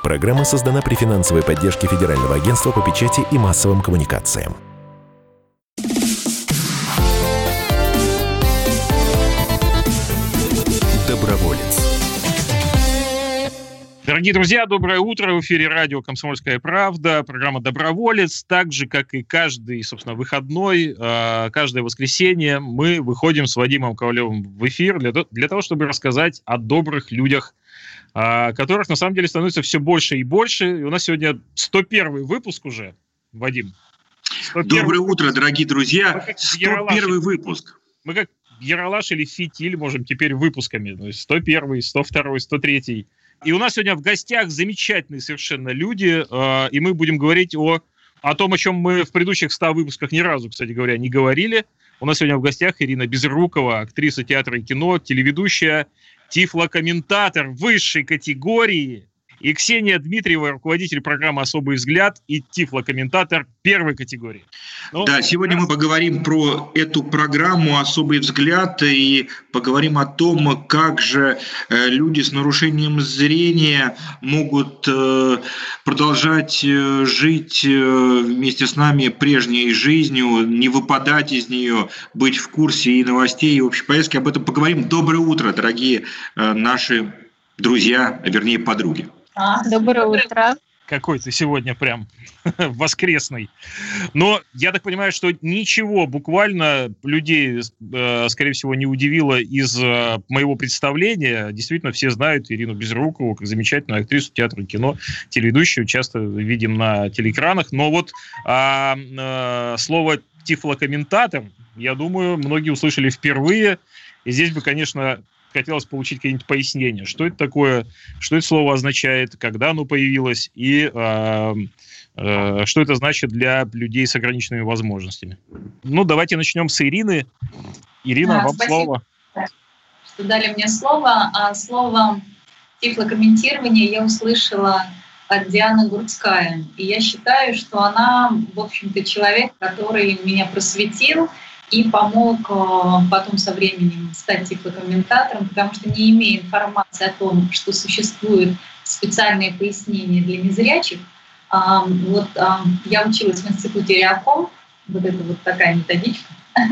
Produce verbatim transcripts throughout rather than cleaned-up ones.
Программа создана при финансовой поддержке Федерального агентства по печати и массовым коммуникациям. Доброволец. Дорогие друзья, доброе утро. В эфире радио «Комсомольская правда», программа «Доброволец». Так же, как и каждый, собственно, выходной, каждое воскресенье мы выходим с Вадимом Ковалевым в эфир для того, для того, чтобы рассказать о добрых людях, которых, на самом деле, становится все больше и больше. И у нас сегодня сто первый выпуск уже, Вадим. сто первый Доброе выпуск. Утро, дорогие друзья. сто первый выпуск. Мы как Ералаш или Фитиль можем теперь выпусками. То есть сто первый, сто второй, сто третий. И у нас сегодня в гостях замечательные совершенно люди, э, и мы будем говорить о, о том, о чем мы в предыдущих ста выпусках ни разу, кстати говоря, не говорили. У нас сегодня в гостях Ирина Безрукова, актриса театра и кино, телеведущая, тифлокомментатор высшей категории, и Ксения Дмитриева, руководитель программы «Особый взгляд» и тифлокомментатор первой категории. Ну, да, сегодня раз... мы поговорим про эту программу «Особый взгляд» и поговорим о том, как же э, люди с нарушением зрения могут э, продолжать э, жить э, вместе с нами прежней жизнью, не выпадать из нее, быть в курсе и новостей, и общей повестки. Об этом поговорим. Доброе утро, дорогие э, наши друзья, а вернее подруги. А, доброе утро. Какой ты сегодня прям воскресный. Но я так понимаю, что ничего буквально людей, э, скорее всего, не удивило из э, моего представления. Действительно, все знают Ирину Безрукову как замечательную актрису театра и кино, телеведущую, часто видим на телеэкранах. Но вот э, э, слово «тифлокомментатор», я думаю, многие услышали впервые. И здесь бы, конечно... хотелось получить какие-нибудь пояснения, что это такое, что это слово означает, когда оно появилось и э, э, что это значит для людей с ограниченными возможностями. Ну, давайте начнем с Ирины. Ирина, а, вам спасибо, слово. Что дали мне слово. А слово тифлокомментирование я услышала от Дианы Гурцкая. И я считаю, что она, в общем-то, человек, который меня просветил и помог потом со временем стать тифлокомментатором, потому что, не имея информации о том, что существуют специальные пояснения для незрячих, вот я училась в институте Реаком, вот это вот такая методичка.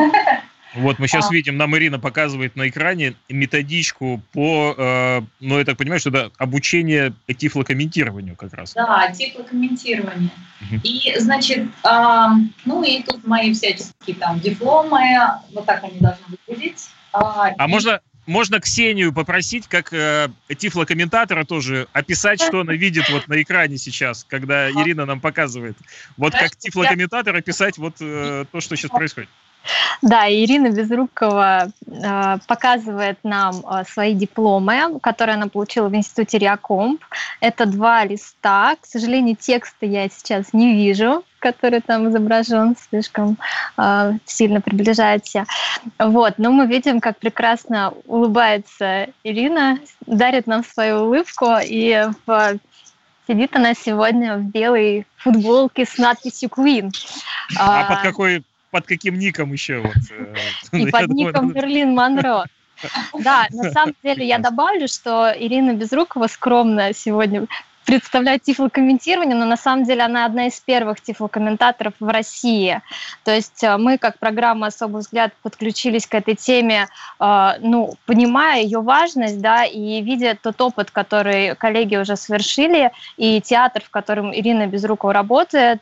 Вот мы сейчас а. видим, нам Ирина показывает на экране методичку по, э, ну, я так понимаю, что это обучение тифлокомментированию как раз. Да, тифлокомментирование. Угу. И, значит, э, ну и тут мои всяческие там дипломы, вот так они должны выглядеть. Э, а и... можно, можно Ксению попросить, как э, тифлокомментатора тоже, описать, что она видит вот на экране сейчас, когда Ирина нам показывает. Вот как тифлокомментатор описать вот э, то, что сейчас происходит. Да, Ирина Безрукова э, показывает нам э, свои дипломы, которые она получила в институте Реакомп. Это два листа. К сожалению, текста я сейчас не вижу, который там изображен, слишком э, сильно приближается. Вот, но мы видим, как прекрасно улыбается Ирина, дарит нам свою улыбку, и в сидит она сегодня в белой футболке с надписью Queen. А, а под какой... Под каким ником еще? Вот, и под ником Мерлин Монро. Да, на самом деле я добавлю, что Ирина Безрукова скромно сегодня представляет тифлокомментирование, но на самом деле она одна из первых тифлокомментаторов в России. То есть мы, как программа «Особый взгляд», подключились к этой теме, ну, понимая ее важность, да, и видя тот опыт, который коллеги уже совершили, и театр, в котором Ирина Безрукова работает,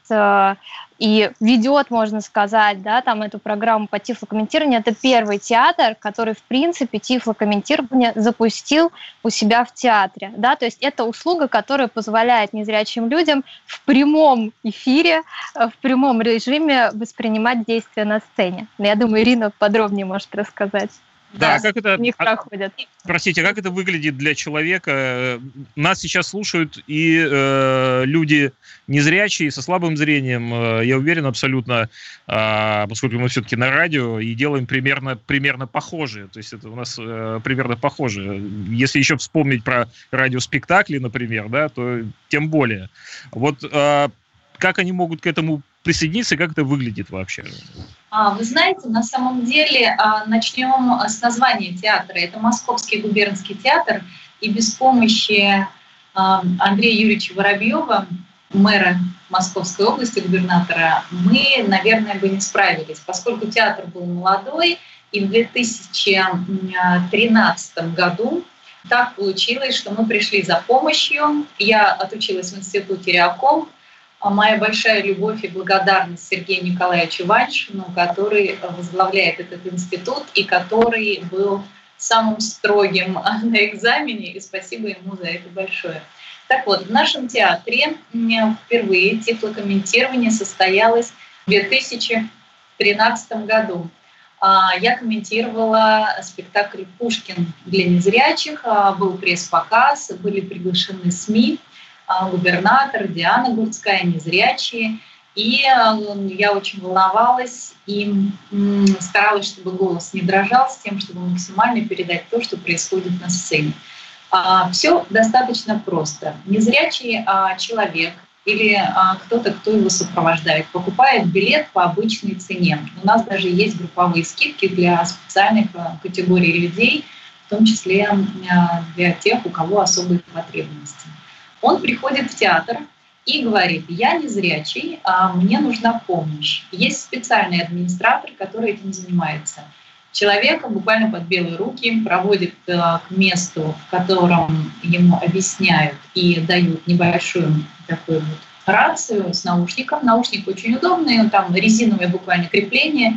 и ведет, можно сказать, да, там эту программу по тифлокомментированию. Это первый театр, который, в принципе, тифлокомментирование запустил у себя в театре. Да? То есть это услуга, которая позволяет незрячим людям в прямом эфире, в прямом режиме воспринимать действия на сцене. Я думаю, Ирина подробнее может рассказать. Да, да, как это, у них проходят. Простите, как это выглядит для человека? Нас сейчас слушают и э, люди незрячие, со слабым зрением, э, я уверен абсолютно, э, поскольку мы все-таки на радио и делаем примерно, примерно похожие, то есть это у нас э, примерно похоже. Если еще вспомнить про радиоспектакли, например, да, то тем более. Вот э, как они могут к этому присоединиться, как это выглядит вообще? Вы знаете, на самом деле, начнем с названия театра. Это Московский губернский театр, и без помощи Андрея Юрьевича Воробьева, мэра Московской области, губернатора, мы, наверное, бы не справились, поскольку театр был молодой, и в две тысячи тринадцатом году так получилось, что мы пришли за помощью. Я отучилась в институте Реаком. А моя большая любовь и благодарность Сергею Николаевичу Ваньшину, который возглавляет этот институт и который был самым строгим на экзамене, и спасибо ему за это большое. Так вот, в нашем театре впервые тифлокомментирование состоялось в две тысячи тринадцатом году. Я комментировала спектакль «Пушкин для незрячих», был пресс-показ, были приглашены СМИ, губернатор, Диана Гурцкая, незрячие. И я очень волновалась и старалась, чтобы голос не дрожал, с тем, чтобы максимально передать то, что происходит на сцене. Все достаточно просто. Незрячий человек или кто-то, кто его сопровождает, покупает билет по обычной цене. У нас даже есть групповые скидки для специальных категорий людей, в том числе для тех, у кого особые потребности. Он приходит в театр и говорит: я незрячий, а мне нужна помощь. Есть специальный администратор, который этим занимается. Человека буквально под белые руки проводит к месту, в котором ему объясняют и дают небольшую такую вот рацию с наушником. Наушник очень удобный, там резиновое буквально крепление,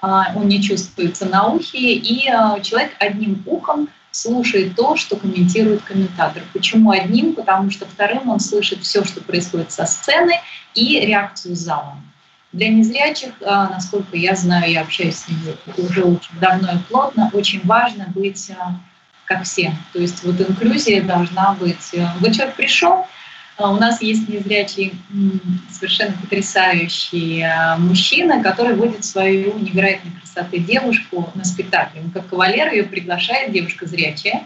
он не чувствуется на ухе, и человек одним ухом слушает то, что комментирует комментатор. Почему одним? Потому что вторым он слышит все, что происходит со сцены, и реакцию зала. Для незрячих, насколько я знаю, я общаюсь с ними уже очень давно и плотно, очень важно быть как все. То есть вот инклюзия должна быть. Вот человек пришел, у нас есть незрячий, совершенно потрясающий мужчина, который водит свою невероятной красоты девушку на спектакле. Он как кавалер ее приглашает, девушка зрячая.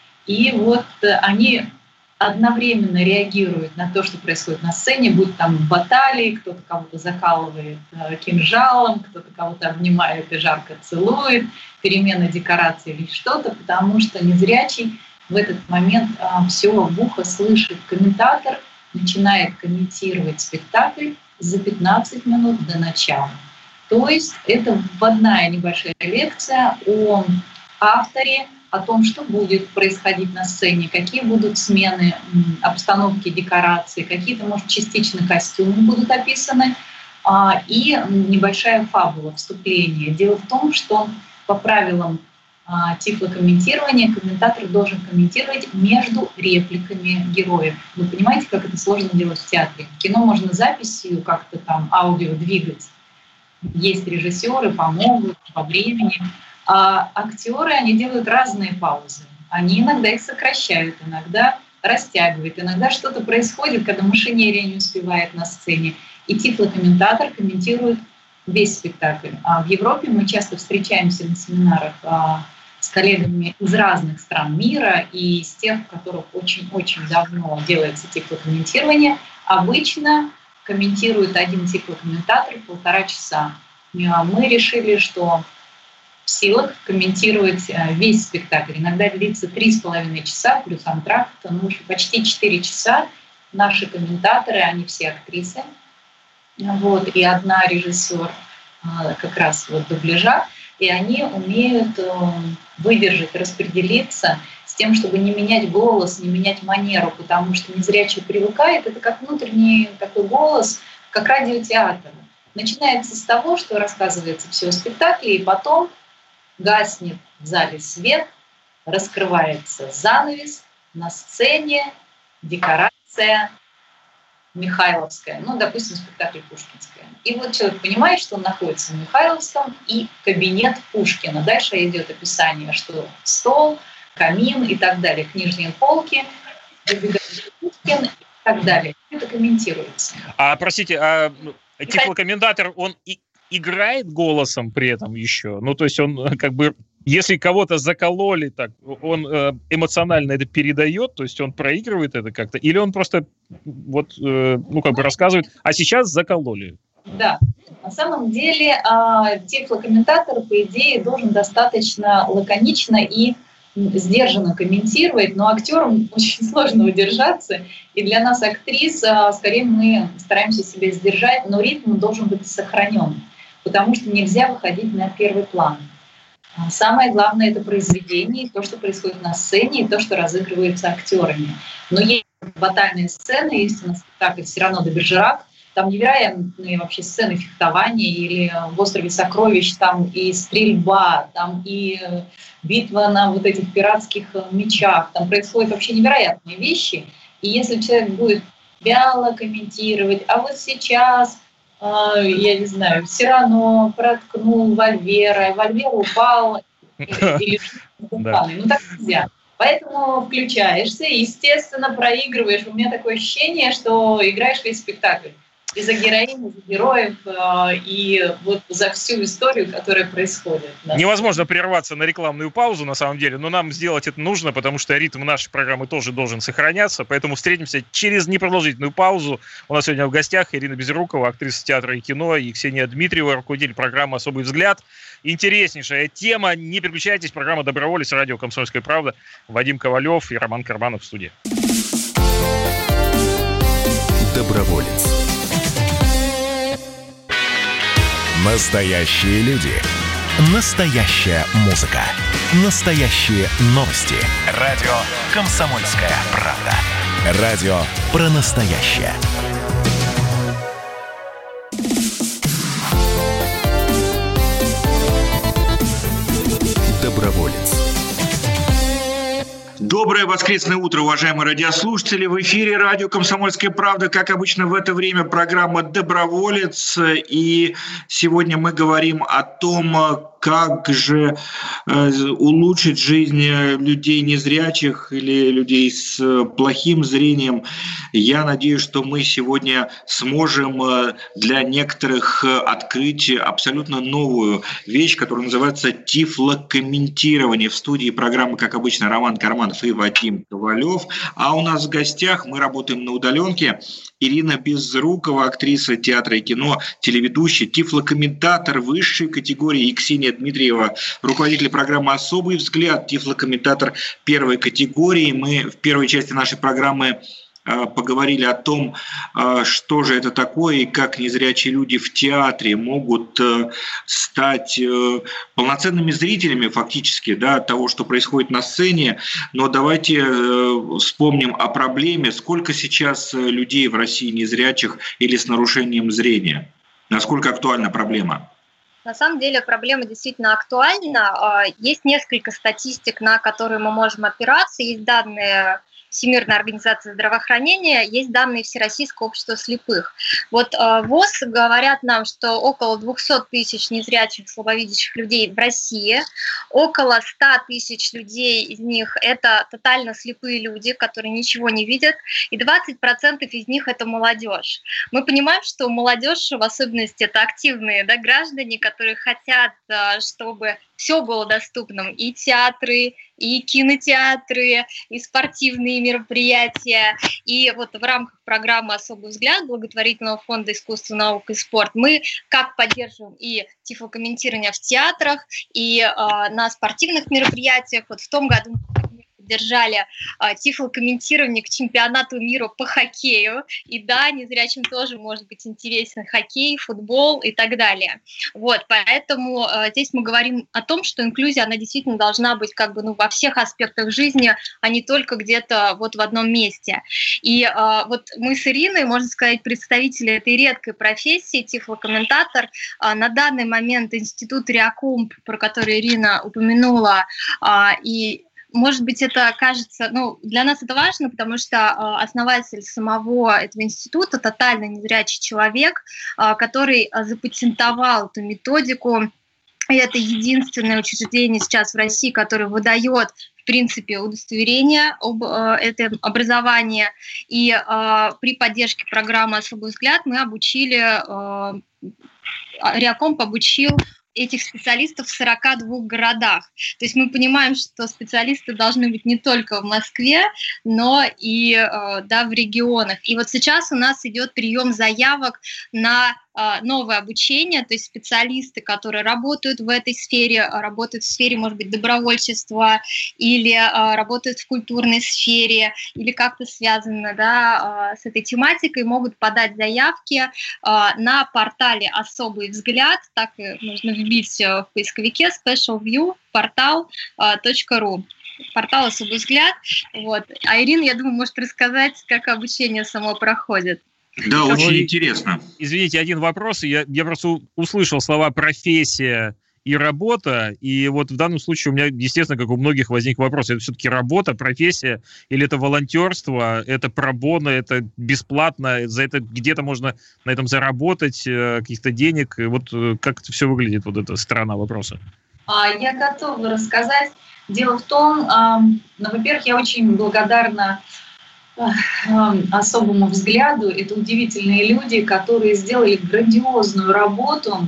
И вот они одновременно реагируют на то, что происходит на сцене, будь там баталии, кто-то кого-то закалывает кинжалом, кто-то кого-то обнимает и жарко целует, перемена декораций или что-то, потому что незрячий в этот момент а, все в ухо слышит. Комментатор начинает комментировать спектакль за пятнадцать минут до начала. То есть это вводная небольшая лекция о авторе, о том, что будет происходить на сцене, какие будут смены обстановки, декорации, какие-то, может, частично костюмы будут описаны, а, и небольшая фабула, вступление. Дело в том, что по правилам тифлокомментирования комментатор должен комментировать между репликами героев. Вы понимаете, как это сложно делать в театре? В кино можно записью как-то там аудио двигать. Есть режиссеры, помогут по времени. А актеры, они делают разные паузы. Они иногда их сокращают, иногда растягивают, иногда что-то происходит, когда машинерия не успевает на сцене. И тифлокомментатор комментирует весь спектакль. А в Европе мы часто встречаемся на семинарах с коллегами из разных стран мира и из тех, в которых очень-очень давно делается тифлокомментирование. Обычно комментирует один тифлокомментатор полтора часа. Мы решили, что в силах комментировать весь спектакль. Иногда длится три с половиной часа, плюс антракт, ну, почти четыре часа. Наши комментаторы, они все актрисы. Вот, и одна режиссер как раз вот дубляжа, и они умеют выдержать, распределиться с тем, чтобы не менять голос, не менять манеру, потому что незрячий привыкает, это как внутренний такой голос, как радиотеатр. Начинается с того, что рассказывается все о спектакле, и потом гаснет в зале свет, раскрывается занавес, на сцене декорация Михайловская, ну, допустим, спектакль Пушкинская. И вот человек понимает, что он находится в Михайловском и кабинет Пушкина. Дальше идет описание, что стол, камин и так далее, книжные полки, Пушкин и так далее. Это комментируется. А, простите, а тифлокомментатор, он и играет голосом при этом еще? Ну, то есть он как бы... Если кого-то закололи, так он э, эмоционально это передает, то есть он проигрывает это как-то, или он просто вот, э, ну, как бы рассказывает, а сейчас закололи. Да, на самом деле э, тифлокомментатор, по идее, должен достаточно лаконично и сдержанно комментировать, но актерам очень сложно удержаться. И для нас, актрис, скорее мы стараемся себя сдержать, но ритм должен быть сохранен, потому что нельзя выходить на первый план. Самое главное — это произведение, то, что происходит на сцене, и то, что разыгрывается актерами. Но есть батальные сцены, есть у нас спектакль «Сирано де Бержерак», там невероятные вообще сцены фехтования, или в «Острове сокровищ» там и стрельба, там и битва на вот этих пиратских мечах, там происходят вообще невероятные вещи. И если человек будет вяло комментировать, а вот сейчас, э, я не знаю, Сирано проткнул Вольвера, Вольвер упал, или ну так нельзя. Поэтому включаешься и, естественно, проигрываешь. У меня такое ощущение, что играешь весь спектакль. И за героинь, и за героев, и вот за всю историю, которая происходит. Невозможно прерваться на рекламную паузу, на самом деле, но нам сделать это нужно, потому что ритм нашей программы тоже должен сохраняться, поэтому встретимся через непродолжительную паузу. У нас сегодня в гостях Ирина Безрукова, актриса театра и кино, и Ксения Дмитриева, руководитель программы «Особый взгляд». Интереснейшая тема. Не переключайтесь. Программа «Доброволец», радио «Комсомольская правда». Вадим Ковалев и Роман Карманов в студии. Доброволец. Настоящие люди. Настоящая музыка. Настоящие новости. Радио «Комсомольская правда». Радио про настоящее. Доброволец. Доброе воскресное утро, уважаемые радиослушатели. В эфире радио «Комсомольская правда». Как обычно, в это время программа «Доброволец». И сегодня мы говорим о том, как же улучшить жизнь людей незрячих или людей с плохим зрением. Я надеюсь, что мы сегодня сможем для некоторых открыть абсолютно новую вещь, которая называется тифлокомментирование. В студии программы, как обычно, Роман Карманов и Вадим Ковалев. А у нас в гостях, мы работаем на удаленке, Ирина Безрукова, актриса театра и кино, телеведущая, тифлокомментатор высшей категории, и Ксения Дмитриева, руководитель программы «Особый взгляд», тифлокомментатор первой категории. Мы в первой части нашей программы поговорили о том, что же это такое и как незрячие люди в театре могут стать полноценными зрителями фактически, да, того, что происходит на сцене. Но давайте вспомним о проблеме, сколько сейчас людей в России незрячих или с нарушением зрения. Насколько актуальна проблема? На самом деле проблема действительно актуальна. Есть несколько статистик, на которые мы можем опираться. Есть данные Всемирной организации здравоохранения, есть данные Всероссийского общества слепых. Вот э, ВОЗ говорят нам, что около двести тысяч незрячих, слабовидящих людей в России, около ста тысяч людей из них – это тотально слепые люди, которые ничего не видят, и двадцать процентов из них – это молодежь. Мы понимаем, что молодежь, в особенности, это активные, да, граждане, которые хотят, чтобы все было доступным, и театры, и кинотеатры, и спортивные мероприятия. И вот в рамках программы «Особый взгляд» благотворительного фонда искусства, наук и спорт мы как поддерживаем и тифлокомментирование в театрах, и э, на спортивных мероприятиях. Вот в том году мы поддержали э, тифлокомментирование к чемпионату мира по хоккею. И да, незрячим тоже может быть интересен хоккей, футбол и так далее. Вот, поэтому э, здесь мы говорим о том, что инклюзия, она действительно должна быть как бы, ну, во всех аспектах жизни, а не только где-то вот в одном месте. И э, вот мы с Ириной, можно сказать, представители этой редкой профессии, тифлокомментатор. Э, на данный момент институт Реакомп, про который Ирина упомянула, э, и может быть, это кажется, ну, для нас это важно, потому что э, основатель самого этого института, тотально незрячий человек, э, который э, запатентовал эту методику. И это единственное учреждение сейчас в России, которое выдает, в принципе, удостоверение об э, этом образовании. И э, при поддержке программы «Особый взгляд» мы обучили, э, Реакомп обучил этих специалистов в сорока двух городах. То есть мы понимаем, что специалисты должны быть не только в Москве, но и, да, в регионах. И вот сейчас у нас идет прием заявок на новое обучение, то есть специалисты, которые работают в этой сфере, работают в сфере, может быть, добровольчества или работают в культурной сфере или как-то связаны, да, с этой тематикой, могут подать заявки на портале «Особый взгляд», так и нужно вбить в поисковике special view portal точка ру. Портал «Особый взгляд». Вот. А Ирина, я думаю, может рассказать, как обучение само проходит. Да, очень интересно. Извините, один вопрос. Я, я просто услышал слова «профессия» и «работа», и вот в данном случае у меня, естественно, как у многих, возник вопрос. Это все-таки работа, профессия, или это волонтерство, это пробоно, это бесплатно, за это где-то можно на этом заработать каких-то денег? И вот как это все выглядит, вот эта сторона вопроса? Я готова рассказать. Дело в том, ну, во-первых, я очень благодарна «Особому взгляду». Это удивительные люди, которые сделали грандиозную работу.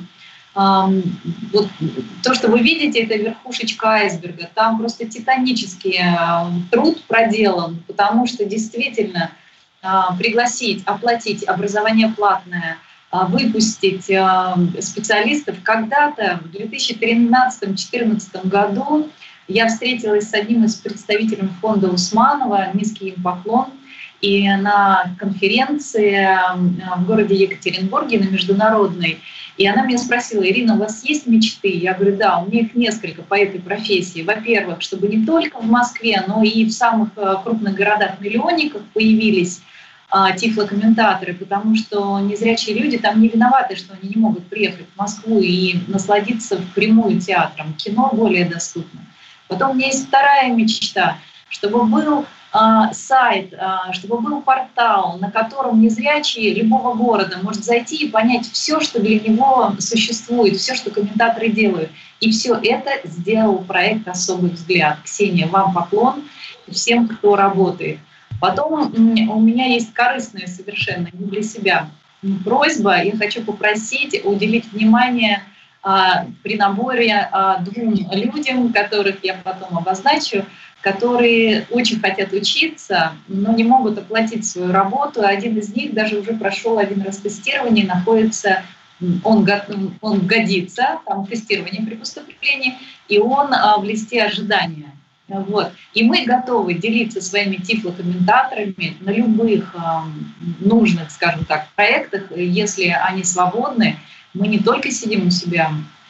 Вот то, что вы видите, это верхушечка айсберга. Там просто титанический труд проделан, потому что действительно пригласить, оплатить образование платное, выпустить специалистов. Когда-то в две тысячи тринадцатом — две тысячи четырнадцатом году я встретилась с одним из представителей фонда Усманова, низкий им поклон, и на конференции в городе Екатеринбурге, на международной, и она меня спросила: Ирина, у вас есть мечты? Я говорю: да, у меня их несколько по этой профессии. Во-первых, чтобы не только в Москве, но и в самых крупных городах-миллионниках появились тифлокомментаторы, потому что незрячие люди там не виноваты, что они не могут приехать в Москву и насладиться впрямую театром. Кино более доступно. Потом у меня есть вторая мечта, чтобы был э, сайт, э, чтобы был портал, на котором незрячий любого города может зайти и понять все, что для него существует, все, что комментаторы делают. И все это сделал проект «Особый взгляд». Ксения, вам поклон, всем, кто работает. Потом у меня есть корыстная совершенно, не для себя, просьба. Я хочу попросить уделить внимание а, при наборе а, двум людям, которых я потом обозначу, которые очень хотят учиться, но не могут оплатить свою работу. Один из них даже уже прошел один раз тестирование, находится, он, он годится, там тестирование при поступлении, и он а, в листе ожидания. Вот. И мы готовы делиться своими тифлокомментаторами на любых э, нужных, скажем так, проектах, если они свободны. Мы не только сидим у себя,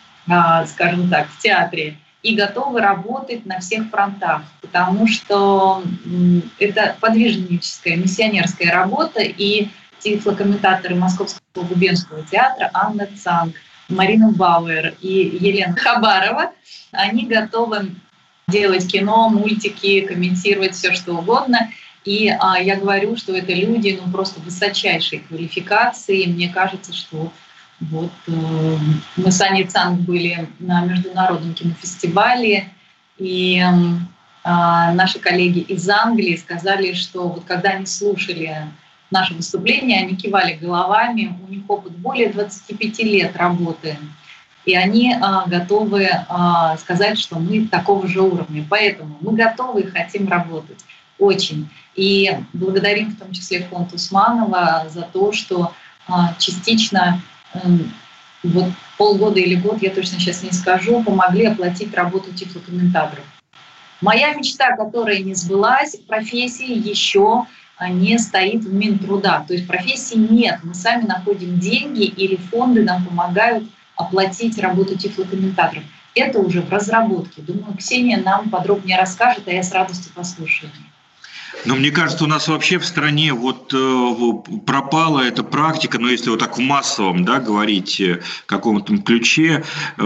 э, скажем так, в театре, и готовы работать на всех фронтах, потому что э, это подвижническая, миссионерская работа, и тифлокомментаторы Московского губернского театра Анна Цанг, Марина Бауэр и Елена Хабарова, они готовы делать кино, мультики, комментировать все, что угодно. И а, я говорю, что это люди, ну, просто высочайшей квалификации. Мне кажется, что вот э, мы с Аней Цанг были на международном кинофестивале, и э, наши коллеги из Англии сказали, что вот когда они слушали наше выступление, они кивали головами, у них опыт более двадцати пяти лет работы. И они а, готовы а, сказать, что мы такого же уровня. Поэтому мы готовы и хотим работать. Очень. И благодарим в том числе фонд Усманова за то, что а, частично а, вот полгода или год, я точно сейчас не скажу, помогли оплатить работу тифлокомментаторов. Моя мечта, которая не сбылась, профессии еще не стоит в Минтруда. То есть профессии нет. Мы сами находим деньги или фонды нам помогают оплатить работу тифлокомментаторов. Это уже в разработке. Думаю, Ксения нам подробнее расскажет, а я с радостью послушаю. Но мне кажется, у нас вообще в стране вот э, пропала эта практика, но если вот так в массовом, да, говорить э, каком-то ключе, э,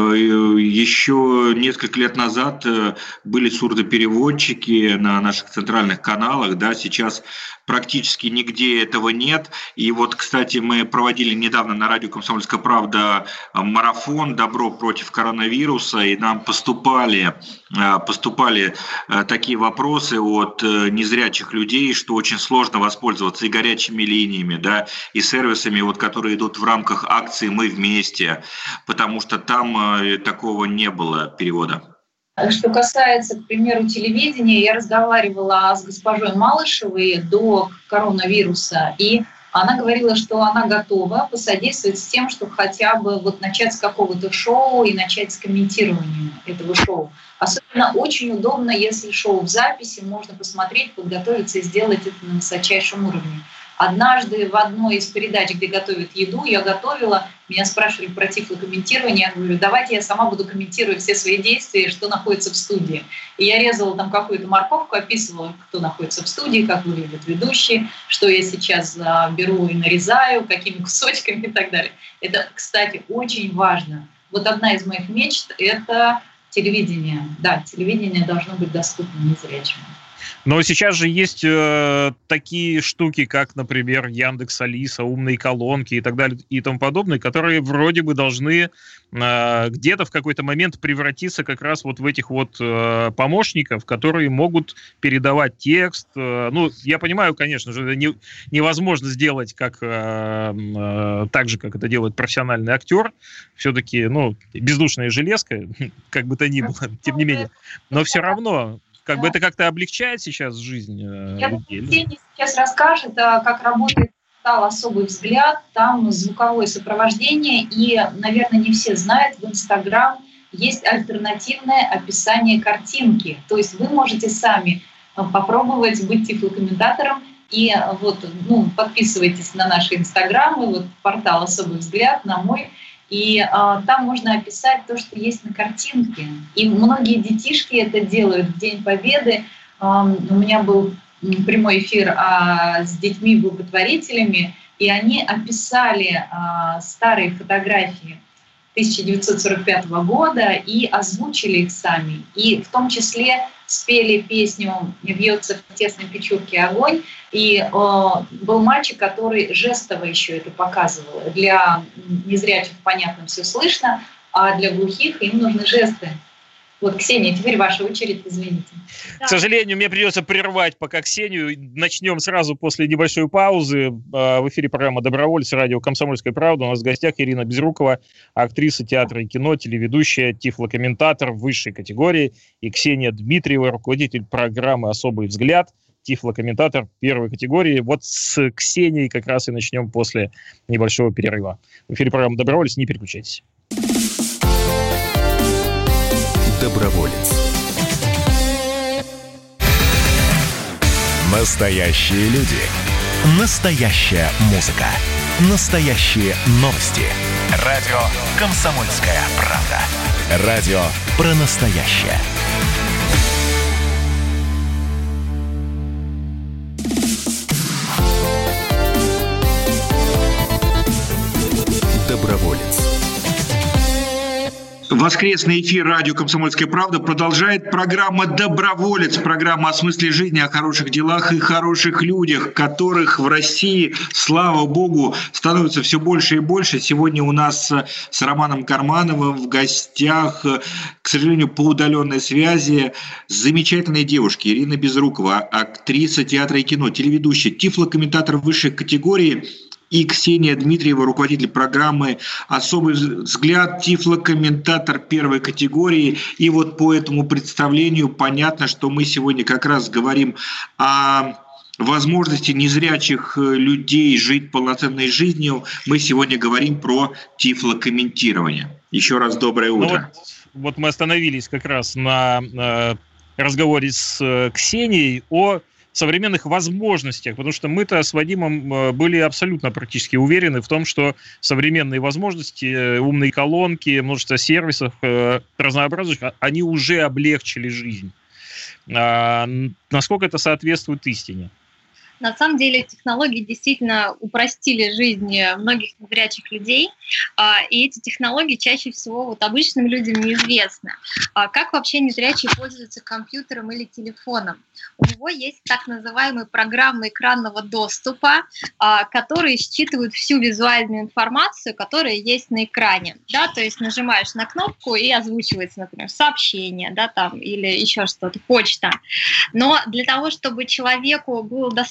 еще несколько лет назад э, были сурдопереводчики на наших центральных каналах, да, сейчас практически нигде этого нет. И вот, кстати, мы проводили недавно на радио «Комсомольская правда» марафон «Добро против коронавируса», и нам поступали, поступали такие вопросы от незрячих людей, что очень сложно воспользоваться и горячими линиями, да, и сервисами, вот, которые идут в рамках акции «Мы вместе», потому что там такого не было перевода. Что касается, к примеру, телевидения, я разговаривала с госпожой Малышевой до коронавируса, и Она говорила, что она готова посодействовать с тем, чтобы хотя бы вот начать с какого-то шоу и начать с комментирования этого шоу. Особенно очень удобно, если шоу в записи, можно посмотреть, подготовиться и сделать это на высочайшем уровне. Однажды в одной из передач, где готовят еду, я готовила, меня спрашивали про тифлокомментирование, я говорю, давайте я сама буду комментировать все свои действия, что находится в студии. И я резала там какую-то морковку, описывала, кто находится в студии, как выглядят ведущие, что я сейчас беру и нарезаю, какими кусочками и так далее. Это, кстати, очень важно. Вот одна из моих мечт — это телевидение. Да, телевидение должно быть доступно незрячим. Но сейчас же есть э, такие штуки, как, например, Яндекс.Алиса, умные колонки и так далее и тому подобное, которые вроде бы должны э, где-то в какой-то момент превратиться как раз вот в этих вот э, помощников, которые могут передавать текст. Э, ну, я понимаю, конечно же, это не, невозможно сделать как, э, э, так же, как это делает профессиональный актер. Все-таки, ну, бездушная железка, как бы то ни было, тем не менее. Но все равно... Как бы это как-то облегчает сейчас жизнь э, Я людей? думаю, Ксения сейчас расскажет, как работает портал «Особый взгляд». Там звуковое сопровождение. И, наверное, не все знают, в Инстаграм есть альтернативное описание картинки. То есть вы можете сами попробовать быть тифлокомментатором. И вот, ну, подписывайтесь на наши Инстаграмы, вот портал «Особый взгляд», на мой. И а, там можно описать то, что есть на картинке. И многие детишки это делают в День Победы. А, у меня был прямой эфир а, с детьми-благотворителями, и они описали а, старые фотографии тысяча девятьсот сорок пятого года и озвучили их сами. И в том числе спели песню «Вьется в тесной печурке огонь». И э, был мальчик, который жестово еще это показывал. Для незрячих, понятно, все слышно, а для глухих им нужны жесты. Вот, Ксения, теперь ваша очередь, извините. К сожалению, мне придется прервать пока Ксению. Начнем сразу после небольшой паузы. В эфире программа «Доброволец», радио «Комсомольская правда». У нас в гостях Ирина Безрукова, актриса театра и кино, телеведущая, тифлокомментатор высшей категории. И Ксения Дмитриева, руководитель программы «Особый взгляд», тифлокомментатор первой категории. Вот с Ксенией как раз и начнем после небольшого перерыва. В эфире программа «Доброволец», не переключайтесь. Доброволец. Настоящие люди. Настоящая музыка. Настоящие новости. Радио «Комсомольская правда». Радио про настоящее. Доброволец. Воскресный эфир радио «Комсомольская правда» продолжает программа «Доброволец», программа о смысле жизни, о хороших делах и хороших людях, которых в России, слава богу, становится все больше и больше. Сегодня у нас с Романом Кармановым в гостях, к сожалению, по удаленной связи, замечательные девушки. Ирина Безрукова, актриса театра и кино, телеведущая, тифлокомментатор высшей категории, и Ксения Дмитриева, руководитель программы «Особый взгляд», тифлокомментатор первой категории. И вот по этому представлению понятно, что мы сегодня как раз говорим о возможности незрячих людей жить полноценной жизнью. Мы сегодня говорим про тифлокомментирование. Еще раз доброе утро. Ну вот, вот мы остановились как раз на э, разговоре с э, Ксенией о современных возможностях, потому что мы-то с Вадимом были абсолютно практически уверены в том, что современные возможности, умные колонки, множество сервисов разнообразных, они уже облегчили жизнь. А насколько это соответствует истине? На самом деле технологии действительно упростили жизнь многих незрячих людей, и эти технологии чаще всего вот обычным людям неизвестны. Как вообще незрячий пользуется компьютером или телефоном? У него есть так называемые программы экранного доступа, которые считывают всю визуальную информацию, которая есть на экране. Да? То есть нажимаешь на кнопку и озвучивается, например, сообщение, да, там, или еще что-то, почта. Но для того, чтобы человеку было доступно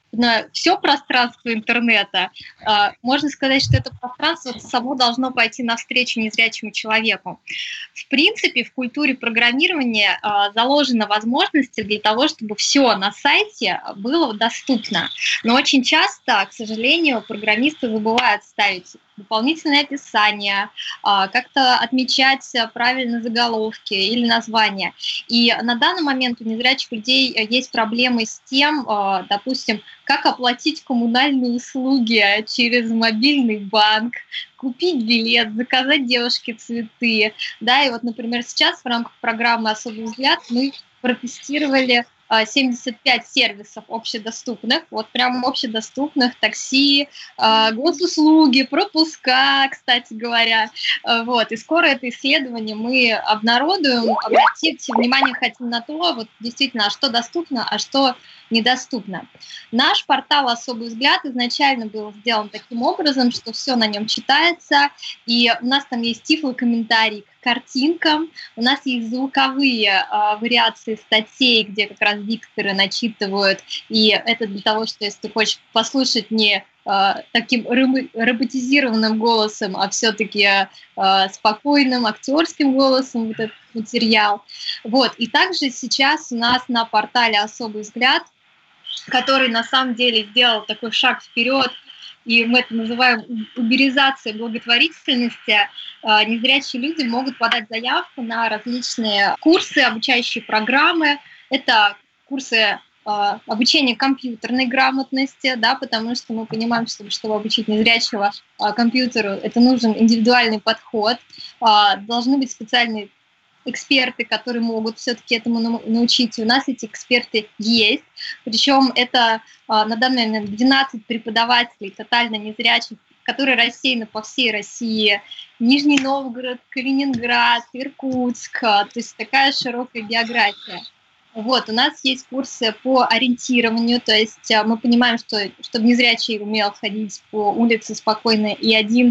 на все пространство интернета, можно сказать, что это пространство само должно пойти навстречу незрячему человеку. В принципе, в культуре программирования заложена возможность для того, чтобы все на сайте было доступно. Но очень часто, к сожалению, программисты забывают ставить дополнительное описание, как-то отмечать правильно заголовки или названия. И на данный момент у незрячих людей есть проблемы с тем, допустим, как оплатить коммунальные услуги через мобильный банк, купить билет, заказать девушке цветы. Да, и вот, например, сейчас в рамках программы «Особый взгляд» мы протестировали семьдесят пять сервисов общедоступных, вот прям общедоступных, такси, госуслуги, пропуска, кстати говоря. Вот. И скоро это исследование мы обнародуем. Обратить внимание хотим на то, вот действительно, что доступно, а что недоступно. Наш портал «Особый взгляд» изначально был сделан таким образом, что все на нем читается, и у нас там есть тифлокомментарий к картинкам, у нас есть звуковые э, вариации статей, где как раз дикторы начитывают, и это для того, что если ты хочешь послушать не э, таким роботизированным голосом, а все-таки э, спокойным актерским голосом вот этот материал. Вот. И также сейчас у нас на портале «Особый взгляд», который на самом деле сделал такой шаг вперед, и мы это называем уберизацией благотворительности, незрячие люди могут подать заявку на различные курсы, обучающие программы. Это курсы обучения компьютерной грамотности, да, потому что мы понимаем, что чтобы обучить незрячего компьютеру, это нужен индивидуальный подход, должны быть специальные эксперты, которые могут все-таки этому научить. И у нас эти эксперты есть. Причем это на данный момент двенадцать преподавателей тотально незрячих, которые рассеяны по всей России. Нижний Новгород, Калининград, Иркутск. То есть такая широкая география. Вот, у нас есть курсы по ориентированию, то есть мы понимаем, что чтобы незрячий умел ходить по улице спокойно и один,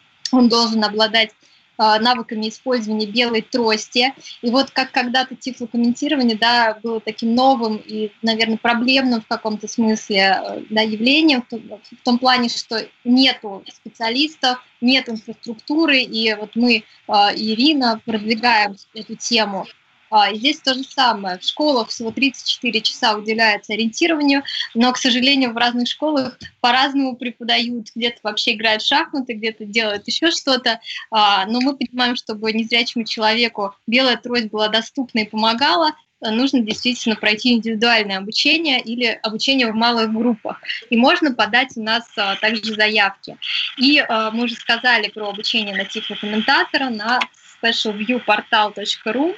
он должен обладать навыками использования белой трости. И вот как когда-то тифлокомментирование, да, было таким новым и, наверное, проблемным в каком-то смысле, да, явлением, в том, в том плане, что нету специалистов, нет инфраструктуры, и вот мы, Ирина, продвигаем эту тему. И здесь то же самое. В школах всего тридцать четыре часа уделяется ориентированию, но, к сожалению, в разных школах по-разному преподают. Где-то вообще играют в шахматы, где-то делают еще что-то. Но мы понимаем, чтобы незрячему человеку белая трость была доступна и помогала, нужно действительно пройти индивидуальное обучение или обучение в малых группах. И можно подать у нас также заявки. И мы уже сказали про обучение на тифлокомментатора на спешл вью портал точка ру.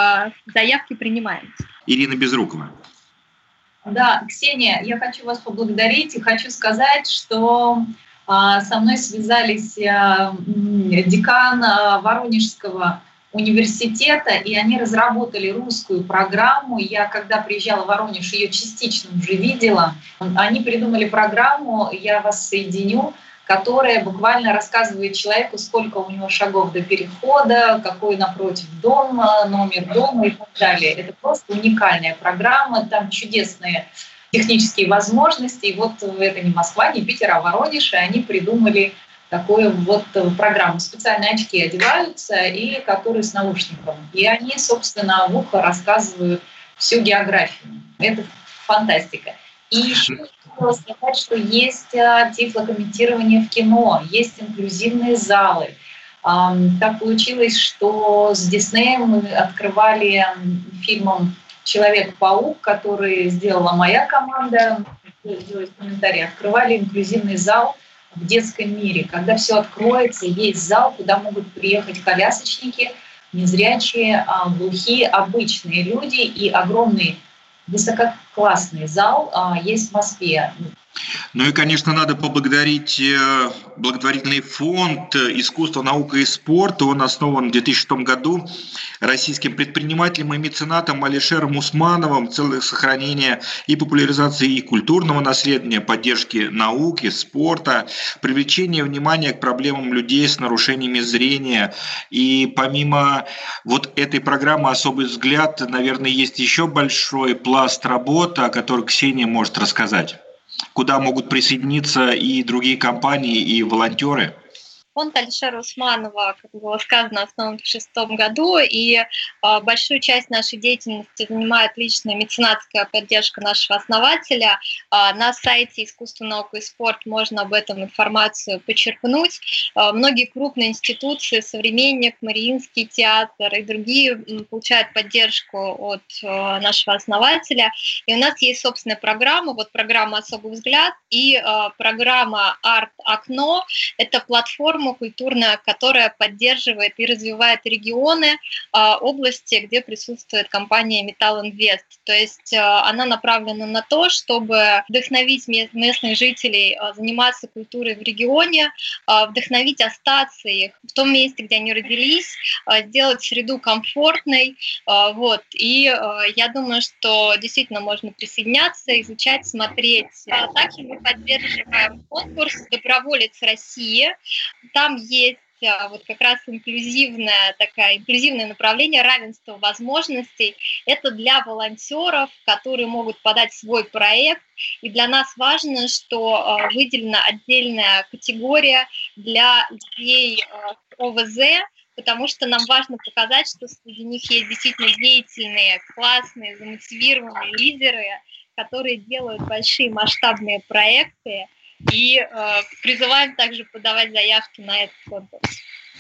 Заявки принимаем. Ирина Безрукова. Да, Ксения, я хочу вас поблагодарить и хочу сказать, что а, со мной связались а, декан а, Воронежского университета, и они разработали русскую программу. Я, когда приезжала в Воронеж, ее частично уже видела. Они придумали программу «Я вас соединю», которая буквально рассказывает человеку, сколько у него шагов до перехода, какой напротив дом, номер дома и так далее. Это просто уникальная программа, там чудесные технические возможности. И вот это не Москва, не Питер, а Воронеж, и они придумали такую вот программу. Специальные очки одеваются, и которые с наушником. И они, собственно, в ухо рассказывают всю географию. Это фантастика. И еще хотела сказать, что есть тифлокомментирование в кино, есть инклюзивные залы. Так получилось, что с Диснеем мы открывали фильмом «Человек-паук», который сделала моя команда, делать комментарии, открывали инклюзивный зал в детском мире. Когда все откроется, есть зал, куда могут приехать колясочники, незрячие, глухие, обычные люди, и огромный высококлассный зал а, есть в Москве. Ну и, конечно, надо поблагодарить благотворительный фонд «Искусство, наука и спорт». Он основан в две тысячи шестом году российским предпринимателем и меценатом Алишером Усмановым в целях сохранения и популяризации и культурного наследия, поддержки науки, спорта, привлечения внимания к проблемам людей с нарушениями зрения. И помимо вот этой программы «Особый взгляд», наверное, есть еще большой пласт работы, о которой Ксения может рассказать. куда могут присоединиться и другие компании, и волонтеры? Фонд Алишера Усманова, как было сказано, основан в две тысячи шестом году, и э, большую часть нашей деятельности занимает личная меценатская поддержка нашего основателя. Э, на сайте «Искусство, наука и спорт» можно об этом информацию почерпнуть. Э, многие крупные институции, «Современник», Мариинский театр и другие м, получают поддержку от э, нашего основателя. И у нас есть собственная программа, вот программа «Особый взгляд» и э, программа «Арт-окно». Это платформа культурная, которая поддерживает и развивает регионы, области, где присутствует компания Металл Инвест. То есть она направлена на то, чтобы вдохновить местных жителей заниматься культурой в регионе, вдохновить остаться их в том месте, где они родились, сделать среду комфортной. Вот. И я думаю, что действительно можно присоединяться, изучать, смотреть. Также мы поддерживаем конкурс «Доброволец России». Там есть вот как раз инклюзивное, такое, инклюзивное направление равенства возможностей. Это для волонтеров, которые могут подать свой проект. И для нас важно, что выделена отдельная категория для людей о вэ зэ, потому что нам важно показать, что среди них есть действительно деятельные, классные, замотивированные лидеры, которые делают большие масштабные проекты. И э, призываем также подавать заявки на этот конкурс.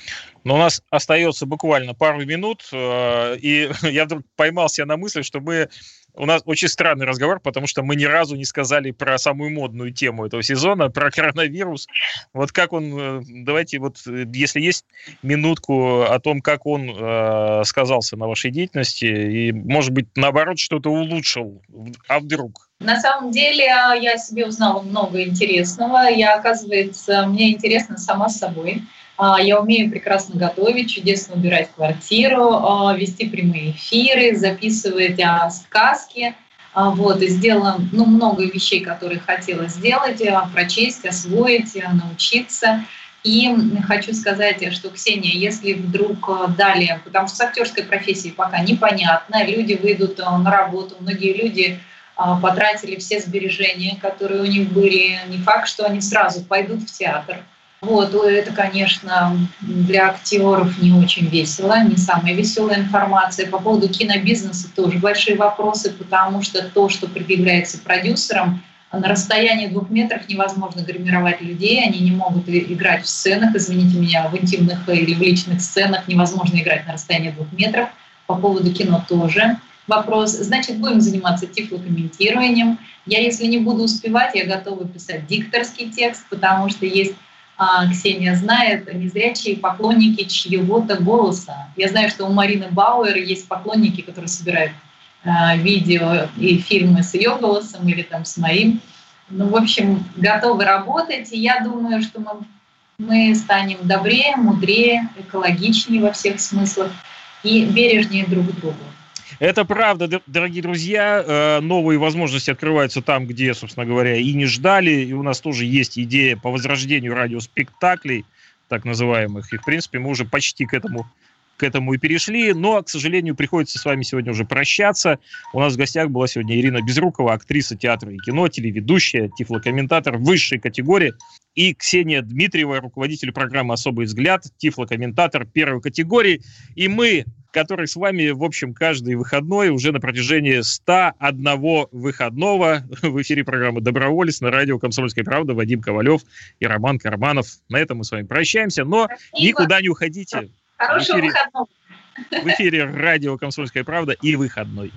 Но у нас остается буквально пару минут, э, и я вдруг поймал себя на мысли, что мы... У нас очень странный разговор, потому что мы ни разу не сказали про самую модную тему этого сезона, про коронавирус. Вот как он... Давайте вот, если есть минутку о том, как он э, сказался на вашей деятельности, и, может быть, наоборот, что-то улучшил. А вдруг? На самом деле я себе узнала много интересного. Я, оказывается, мне интересно сама собой. Я умею прекрасно готовить, чудесно убирать квартиру, вести прямые эфиры, записывать сказки. Вот, и сделала ну, много вещей, которые хотела сделать, прочесть, освоить, научиться. И хочу сказать, что, Ксения, если вдруг далее, потому что с актерской профессией пока непонятно, люди выйдут на работу, многие люди потратили все сбережения, которые у них были, не факт, что они сразу пойдут в театр. Вот, это, конечно, для актеров не очень весело, не самая веселая информация. По поводу кинобизнеса тоже большие вопросы, потому что то, что предъявляется продюсерам, на расстоянии двух метров невозможно гримировать людей, они не могут играть в сценах, извините меня, в интимных или в личных сценах невозможно играть на расстоянии двух метров. По поводу кино тоже вопрос. Значит, будем заниматься тифлокомментированием. Я, если не буду успевать, я готова писать дикторский текст, потому что есть... Ксения знает, незрячие поклонники чьего-то голоса. Я знаю, что у Марины Бауэр есть поклонники, которые собирают э, видео и фильмы с ее голосом или там с моим. Ну, в общем, готовы работать. И я думаю, что мы, мы станем добрее, мудрее, экологичнее во всех смыслах и бережнее друг к другу. Это правда, дорогие друзья. Новые возможности открываются там, где, собственно говоря, и не ждали. И у нас тоже есть идея по возрождению радиоспектаклей, так называемых. И, в принципе, мы уже почти к этому, к этому и перешли. Но, к сожалению, приходится с вами сегодня уже прощаться. У нас в гостях была сегодня Ирина Безрукова, актриса театра и кино, телеведущая, тифлокомментатор высшей категории. И Ксения Дмитриева, руководитель программы «Особый взгляд», тифлокомментатор первой категории. И мы... который с вами, в общем, каждый выходной уже на протяжении ста одного выходного в эфире программы «Доброволец» на радио «Комсомольская правда». Вадим Ковалев и Роман Карманов. На этом мы с вами прощаемся, но Спасибо. Никуда не уходите. Хорошего в эфире, выходного. В эфире радио «Комсомольская правда» и выходной.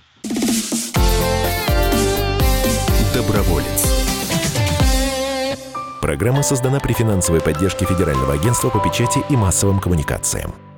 Доброволец. Программа создана при финансовой поддержке Федерального агентства по печати и массовым коммуникациям.